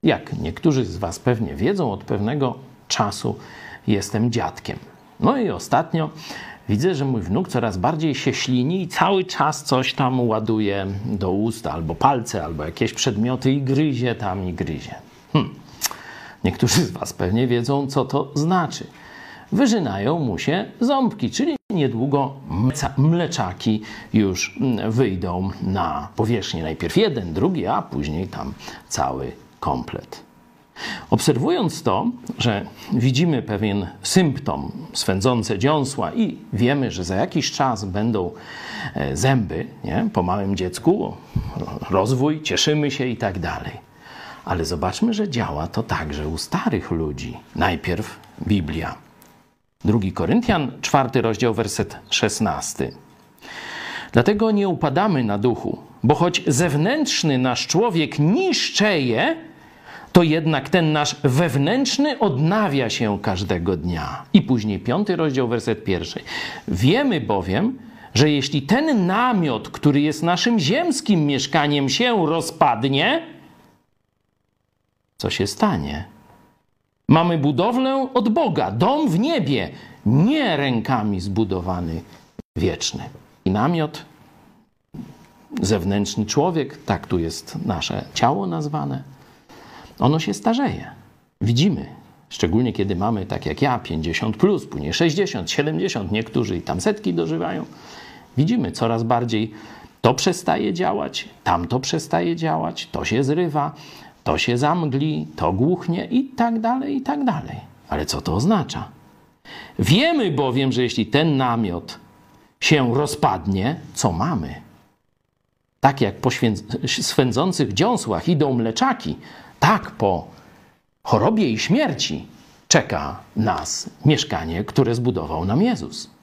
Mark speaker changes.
Speaker 1: Jak niektórzy z was pewnie wiedzą, od pewnego czasu jestem dziadkiem. No i ostatnio widzę, że mój wnuk coraz bardziej się ślini i cały czas coś tam ładuje do ust, albo palce, albo jakieś przedmioty i gryzie tam i gryzie. Niektórzy z was pewnie wiedzą, co to znaczy. Wyżynają mu się ząbki, czyli niedługo mleczaki już wyjdą na powierzchnię. Najpierw jeden, drugi, a później tam cały komplet. Obserwując to, że widzimy pewien symptom, swędzące dziąsła i wiemy, że za jakiś czas będą zęby, nie? Po małym dziecku, rozwój, cieszymy się i tak dalej. Ale zobaczmy, że działa to także u starych ludzi. Najpierw Biblia. 2 Koryntian, 4 rozdział, werset 16. Dlatego nie upadamy na duchu, bo choć zewnętrzny nasz człowiek niszczeje, to jednak ten nasz wewnętrzny odnawia się każdego dnia. I później 5 rozdział, werset 1. Wiemy bowiem, że jeśli ten namiot, który jest naszym ziemskim mieszkaniem, się rozpadnie, co się stanie? Mamy budowlę od Boga, dom w niebie, nie rękami zbudowany, wieczny. I namiot, zewnętrzny człowiek, tak tu jest nasze ciało nazwane, ono się starzeje. Widzimy, szczególnie kiedy mamy, tak jak ja, 50 plus, później 60, 70, niektórzy i tam setki dożywają. Widzimy coraz bardziej, to przestaje działać, tamto przestaje działać, to się zrywa, to się zamgli, to głuchnie i tak dalej, i tak dalej. Ale co to oznacza? Wiemy bowiem, że jeśli ten namiot się rozpadnie, co mamy? Tak jak po swędzących dziąsłach idą mleczaki, tak po chorobie i śmierci czeka nas mieszkanie, które zbudował nam Jezus.